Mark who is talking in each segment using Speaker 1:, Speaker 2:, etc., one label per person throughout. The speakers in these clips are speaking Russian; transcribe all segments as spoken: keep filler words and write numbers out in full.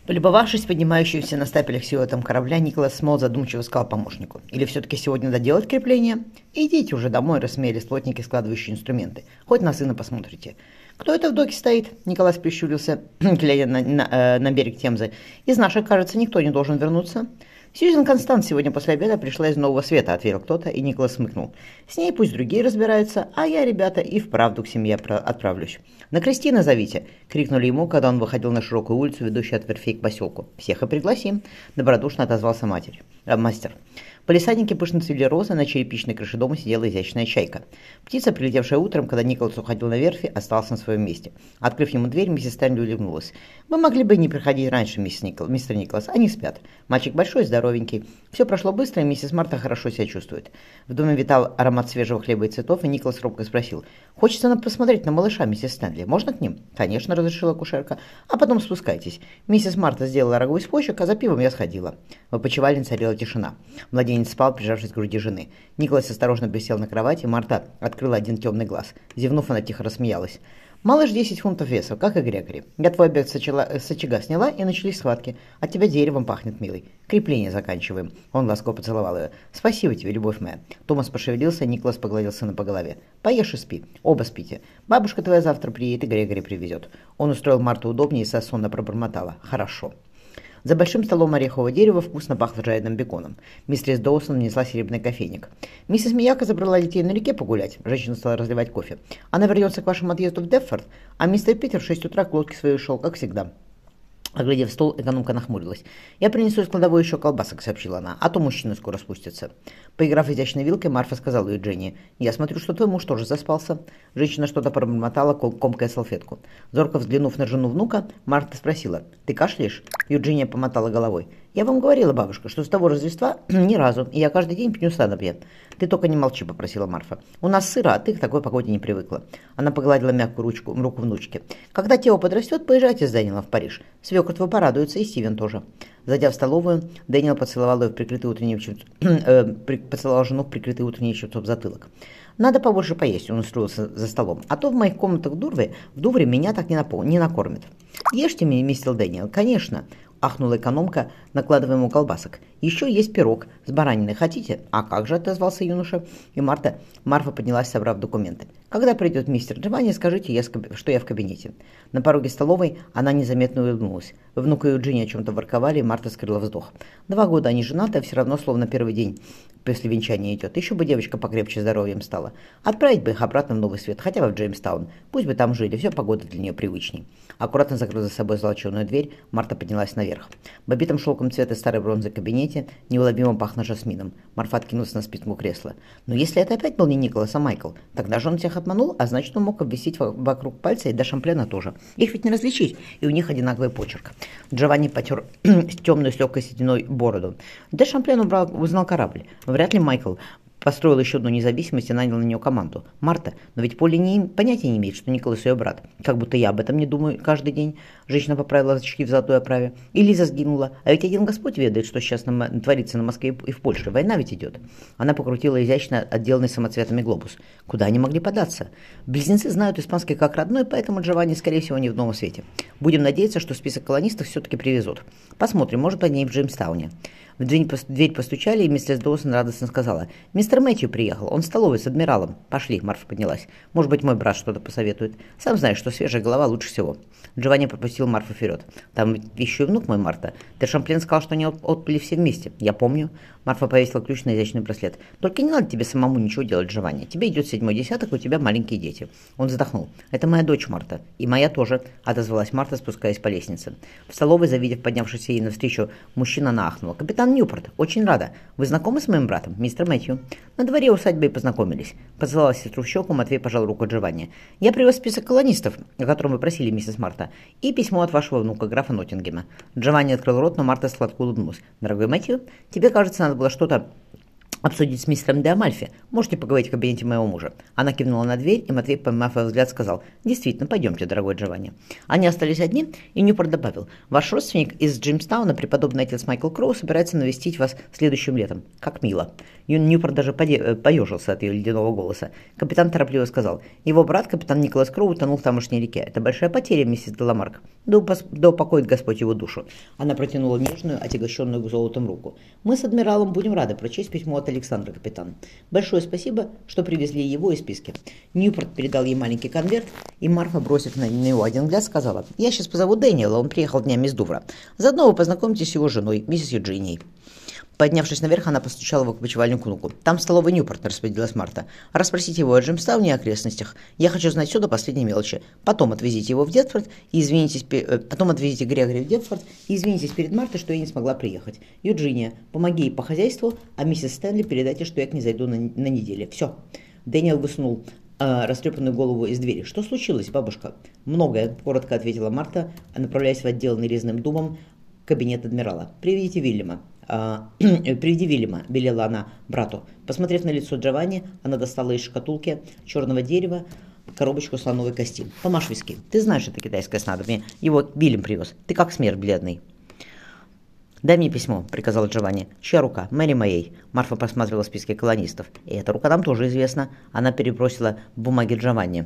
Speaker 1: Полюбовавшись поднимающимся на стапелях силуэтом корабля, Николас Смол задумчиво сказал помощнику: «Или все-таки сегодня доделать крепление? Идите уже домой», — рассмеялись плотники, складывающие инструменты. «Хоть на сына посмотрите». «Кто это в доке стоит?» — Николас прищурился, глядя на, на, э, на берег Темзы. «Из наших, кажется, никто не должен вернуться». «Сьюзен Констант сегодня после обеда пришла из Нового Света», — ответил кто-то, и Николас смыкнул. «С ней пусть другие разбираются, а я, ребята, и вправду к семье отправлюсь». «На Кристина зовите!» — крикнули ему, когда он выходил на широкую улицу, ведущую от верфей к поселку. «Всех и пригласим!» — добродушно отозвался матерь, э, мастер. В палисаднике пышно цвели розы, на черепичной крыше дома сидела изящная чайка. Птица, прилетевшая утром, когда Николас уходил на верфи, осталась на своем месте. Открыв ему дверь, миссис Стэнли улыбнулась. «Вы могли бы не приходить раньше, миссис Никол... мистер Николас, они спят. Мальчик большой, здоровенький. Все прошло быстро, и миссис Марта хорошо себя чувствует». В доме витал аромат свежего хлеба и цветов, и Николас робко спросил: «Хочется нам посмотреть на малыша, миссис Стэнли. Можно к ним?» «Конечно», — разрешила акушерка. «А потом спускайтесь. Миссис Марта сделала рагу из почек, а за пивом я сходила». В опочивальне царила тишина. Младенец спал, прижавшись к груди жены. Николас осторожно присел на кровати, Марта открыла один темный глаз. Зевнув, она тихо рассмеялась. «Малыш десять фунтов веса, как и Грегори. Я твой обед с очага сняла, и начались схватки. От тебя деревом пахнет, милый. Крепление заканчиваем». Он ласково поцеловал ее. «Спасибо тебе, любовь моя». Томас пошевелился, Николас погладил сына по голове. «Поешь и спи. Оба спите. Бабушка твоя завтра приедет, и Грегори привезет». Он устроил Марту удобнее и сонно пробормотала: «Хорошо». За большим столом орехового дерева вкусно пахло жареным беконом. Миссис Доусон несла серебряный кофейник. «Миссис Мияка забрала детей на реке погулять». Женщина стала разливать кофе. «Она вернется к вашему отъезду в Деффорд, а мистер Питер в шесть утра к лодке своей ушел, как всегда». Оглядев стол, экономка нахмурилась. «Я принесу из кладовой еще колбасок», — сообщила она, — «а то мужчины скоро спустятся». Поиграв изящной вилкой, Марфа сказала ей Дженни: «Я смотрю, что твой муж тоже заспался». Женщина что-то пробормотала, комкая салфетку. Зорко взглянув на жену внука, Марта спросила: «Ты кашляешь?» Юджиния помотала головой. «Я вам говорила, бабушка, что с того Рождества ни разу, и я каждый день пью снадобье». «Ты только не молчи», — попросила Марфа. «У нас сыро, а ты к такой погоде не привыкла». Она погладила мягкую ручку, руку внучки. «Когда Тео подрастет, поезжайте с Дэниелом в Париж. Свекр твой порадуется, и Стивен тоже». Зайдя в столовую, Дэниел поцеловал ее в прикрытый утренним чепцом, э, поцеловал жену в прикрытый утренний чепцом затылок. «Надо побольше поесть», — он устроился за столом, «а то в моих комнатах в Дувре, в Дувре меня так не, напол... не накормят». «Ешьте, мистер Дэниел, конечно», — ахнула экономка, накладывая ему колбасок. «Еще есть пирог с бараниной. Хотите?» «А как же?» — отозвался юноша. И Марта, Марфа поднялась, собрав документы. «Когда придет мистер Джованни, скажите, я, что я в кабинете». На пороге столовой она незаметно улыбнулась. Внук и Джинни о чем-то ворковали, и Марта скрыла вздох. Два года они женаты, а все равно словно первый день после венчания идет. Еще бы девочка покрепче здоровьем стала. Отправить бы их обратно в Новый Свет, хотя бы в Джеймстаун. Пусть бы там жили, все погода для нее привычней. Аккуратно закрыв за собой золоченую дверь, Марта поднялась наверх. В обитом шелком цвета старой бронзы кабинете неуловимо пахло жасмином. Марфа откинулась на спинку кресла. «Но если это опять был не Николас, а Майкл, тогда же он всех обманул, а значит, он мог обвисеть вокруг пальца и до Шамплена тоже. Их ведь не различить, и у них одинаковый почерк». Джованни потер темную с легкой сединой бороду. Де Шамплен убрал, узнал корабль. Вряд ли Майкл построил еще одну независимость и нанял на нее команду. «Марта, но ведь Полли не, понятия не имеет, что Николас ее брат. Как будто я об этом не думаю каждый день». Женщина поправила очки в золотой оправе. «И Лиза сгинула. А ведь один Господь ведает, что сейчас на, творится на Москве и в Польше. Война ведь идет». Она покрутила изящно отделанный самоцветами глобус. Куда они могли податься? Близнецы знают испанский как родной, поэтому Джованни, скорее всего, не в Новом Свете. Будем надеяться, что список колонистов все-таки привезут. Посмотрим, может, они и в Джеймстауне. В дверь постучали, и миссис Доусон радостно сказала: «Мистер Мэтью приехал, он в столовой с адмиралом». «Пошли», — Марфа поднялась. «Может быть, мой брат что-то посоветует. Сам знаешь, что свежая голова лучше всего». Джованни пропустил Марфу вперед. «Там еще и внук мой, Марта. Де Шамплен сказал, что они отпили все вместе». «Я помню». Марфа повесила ключ на изящный браслет. «Только не надо тебе самому ничего делать, Джованни. Тебе идет седьмой десяток, у тебя маленькие дети». Он вздохнул. «Это моя дочь, Марта». «И моя тоже», — отозвалась Марта, спускаясь по лестнице. В столовой, завидев поднявшийся ей навстречу, мужчина наахнула. «Капитан Ньюпорт, очень рада. Вы знакомы с моим братом, мистер Мэтью?» «На дворе усадьбы и познакомились». Поцеловала сестру в щеку, Матвей пожал руку Джованни. «Я привез список колонистов, о котором вы просили, миссис Марта, и письмо от вашего внука, графа Ноттингема». Джованни открыл рот, но Марта сладко улыбнулась. «Дорогой Мэтью, тебе, кажется, надо было что-то обсудить с мистером де Амальфи. Можете поговорить в кабинете моего мужа». Она кивнула на дверь, и Матвей, поймав ее взгляд, сказал: «Действительно, пойдемте, дорогой Джованни». Они остались одни, и Ньюпорт добавил: «Ваш родственник из Джеймстауна, преподобный отец Майкл Кроу, собирается навестить вас следующим летом. Как мило». Ньюпорт даже поежился от ее ледяного голоса. Капитан торопливо сказал: «Его брат, капитан Николас Кроу, утонул в тамошней реке. Это большая потеря, миссис Деламарк. Да, упос... да упокоит Господь его душу». Она протянула нежную, отягощенную золотом руку. «Мы с адмиралом будем рады прочесть письмо от Александра, капитан. Большое спасибо, что привезли его из списки». Ньюпорт передал ей маленький конверт, и Марфа, бросив на него один взгляд, сказала: «Я сейчас позову Дэниела, он приехал днями из Дувра. Заодно вы познакомитесь с его женой, миссис Юджинией». Поднявшись наверх, она постучала в опочивальню к внуку. «Там в столовой Ньюпорт», — распорядилась Марта. «Расспросите его о Джеймстауне и окрестностях. Я хочу знать все до последней мелочи. Потом отвезите его в Детфорд и извинитесь, потом отвезите Грегори в Детфорд и извинитесь перед Мартой, что я не смогла приехать. Юджиния, помоги ей по хозяйству, а миссис Стэнли передайте, что я к ней зайду на, на неделе. Все». Дэниел высунул э, растрепанную голову из двери. «Что случилось, бабушка?» «Многое», — коротко ответила Марта, направляясь в отделанный резным дубом кабинет адмирала. «Приведите Вильяма». А, «Приведи Вильяма», — велела она брату. Посмотрев на лицо Джованни, она достала из шкатулки черного дерева коробочку слоновой кости. «Помажь виски. Ты знаешь, это китайское снадобье. Его Вильям привез. Ты как смерть бледный». «Дай мне письмо», — приказал Джованни. «Чья рука? Мэри моей». Марфа посмотрела списки колонистов. «И эта рука нам тоже известна». Она перебросила бумаги Джованни.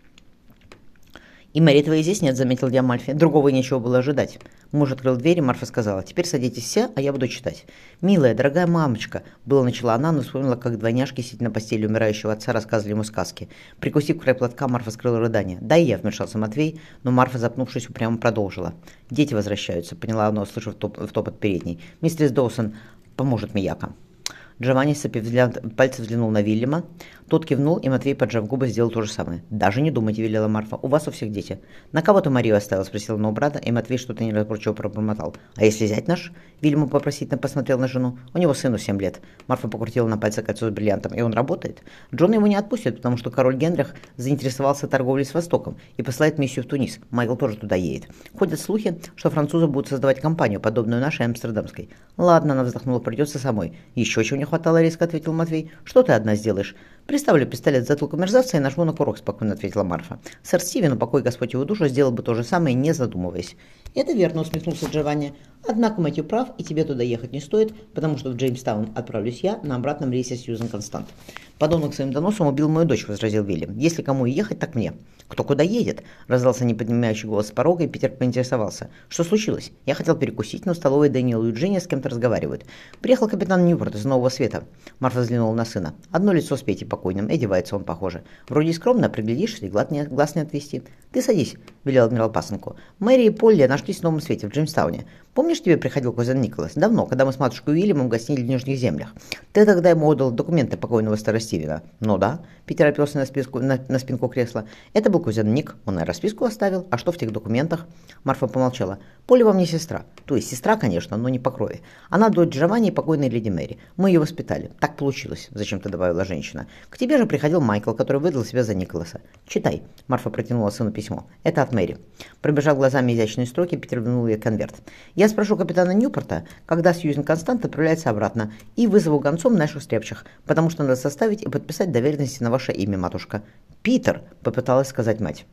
Speaker 1: «И Мэри твоей здесь нет», — заметил Диамальфи. «Другого нечего было ожидать». Муж открыл дверь, и Марфа сказала: «Теперь садитесь все, а я буду читать». «Милая, дорогая мамочка», — было начала она, но вспомнила, как двойняшки, сидя на постели умирающего отца, рассказывали ему сказки. Прикусив край платка, Марфа скрыла рыдание. «Да и я», — вмешался Матвей, но Марфа, запнувшись, упрямо продолжила. «Дети возвращаются», — поняла она, услышав топ, в топот передней. «Мистерис Доусон поможет Мияка». Джованни, сцепив взгляд, пальцы взглянул на Вильяма. Тот кивнул, и Матвей, поджав губы, сделал то же самое. «Даже не думайте», — велела Марфа. «У вас у всех дети». «На кого ты Марию оставил?» — спросил он у брата, и Матвей что-то неразборчиво пробормотал. «А если зять наш?» — Вильям вопросительно посмотрел на жену. «У него сыну семь лет». Марфа покрутила на пальце кольцо с бриллиантом. «И он работает?» «Джон его не отпустит, потому что король Генрих заинтересовался торговлей с Востоком и посылает миссию в Тунис. Майкл тоже туда едет. Ходят слухи, что французы будут создавать компанию, подобную нашей амстердамской». «Ладно», — она вздохнула, — «придется самой». «Еще чего не хватало», — резко ответил Матвей. «Что ты одна сделаешь?» «Приставлю пистолет в затылку мерзавца и нажму на курок», — спокойно ответила Марфа. «Сэр Стивен, упокой Господь его душу, сделал бы то же самое, не задумываясь». «Это верно», — усмехнулся Джованни. «Однако Мэтью прав, и тебе туда ехать не стоит, потому что в Джеймстаун отправлюсь я на обратном рейсе Сьюзен Констант». «Подонок своим доносом убил мою дочь», — возразил Вильям. «Если кому и ехать, так мне». «Кто куда едет?» — раздался неподнимающий голос с порога, и Питер поинтересовался. «Что случилось? Я хотел перекусить, но в столовой Дэниел и Джинни с кем-то разговаривают. Приехал капитан Ньюпорт из Нового Света». Марфа взглянула на сына. «Одно лицо с Петей покойным, и одевается он похоже. Вроде и скромно, приглядишься и глаз не, глаз не отвести». «Ты садись», — велел адмирал пасынку. «Мэри и Полли нашлись в Новом Свете, в Джеймстауне. Помнишь, тебе приходил кузен Николас? Давно, когда мы с матушкой Уильямом гостили в Нижних землях. Ты тогда ему отдал документы покойного сэра Стивена». «Ну да», — Питер оперся на, списку, на, на спинку кресла. «Это был кузен Ник, он и расписку оставил. А что в тех документах?» Марфа помолчала. «Полли вам не сестра. То есть сестра, конечно, но не по крови. Она дочь Джованни и покойной леди Мэри. Мы ее воспитали. Так получилось», — зачем-то добавила женщина. «К тебе же приходил Майкл, который выдал себя за Николаса. Читай». Марфа протянула сыну письмо. «Это от Мэри». Пробежав глазами изящные строки, Питер вернул ей конверт. «Я спрошу капитана Ньюпорта, когда Сьюзен Констант отправляется обратно, и вызову гонцом наших стряпчих, потому что надо составить и подписать доверенности на ваше имя, матушка». «Питер!» — попыталась сказать мать.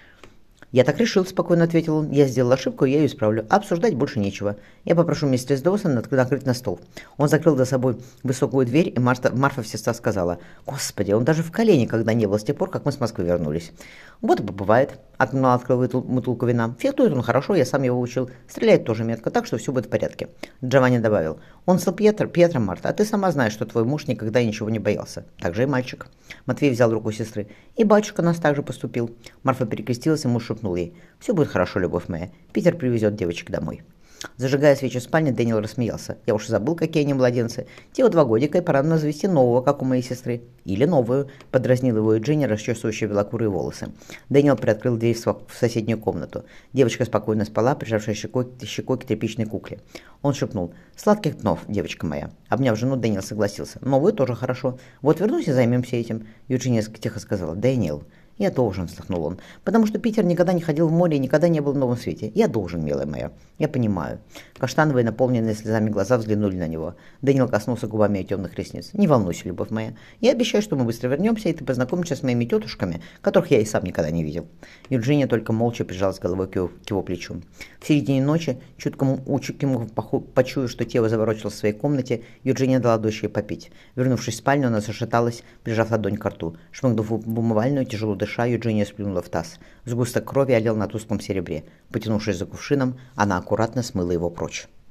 Speaker 1: «Я так решил», — спокойно ответил он. «Я сделал ошибку, я ее исправлю. Обсуждать больше нечего. Я попрошу мистерис Доусон накрыть на стол». Он закрыл за собой высокую дверь, и Марта, Марфа всегда сказала: «Господи, он даже в колене когда не был с тех пор, как мы с Москвы вернулись». «Вот и бывает», — Адмирал открыл бутылку вина. «Фехтует он хорошо, я сам его учил. Стреляет тоже метко, так что все будет в порядке». Джованни добавил: «Он стал Пьетро, Пьетро, Марта, а ты сама знаешь, что твой муж никогда ничего не боялся. Так же и мальчик». Матвей взял руку сестры. «И батюшка нас также поступил». Марфа перекрестилась, и муж шепнул ей: «Все будет хорошо, любовь моя. Питер привезет девочек домой». Зажигая свечу в спальне, Дэниел рассмеялся. «Я уж забыл, какие они младенцы. Те вот два годика, и пора нам завести нового, как у моей сестры». «Или новую», — подразнил его и Джинни, расчесывающая белокурые волосы. Дэниел приоткрыл дверь в соседнюю комнату. Девочка спокойно спала, прижавшая щекой, щекой к тряпичной кукле. Он шепнул: «Сладких снов, девочка моя». Обняв жену, Дэниел согласился. «Новую тоже хорошо. Вот вернусь и займемся этим». Юджиния тихо сказала: «Дэниел». «Я должен», — вздохнул он, «потому что Питер никогда не ходил в море и никогда не был в Новом Свете. Я должен, милая моя. Я понимаю». Каштановые, наполненные слезами глаза взглянули на него. Дэниел коснулся губами ее темных ресниц. «Не волнуйся, любовь моя. Я обещаю, что мы быстро вернемся, и ты познакомишься с моими тетушками, которых я и сам никогда не видел». Юджиния только молча прижалась головой к его, к его плечу. В середине ночи, чуткому, чуткому почуяв, что тело заворочилось в своей комнате, Юджиния дала дочери попить. Вернувшись в спальню, она зашаталась, прижав ладонь к рту. Шмыгнув в умывальную, тяжело дыша, Юджиния сплюнула в таз. Сгусток крови олел на тусклом серебре. Потянувшись за кувшином, она аккуратно смыла его прочь.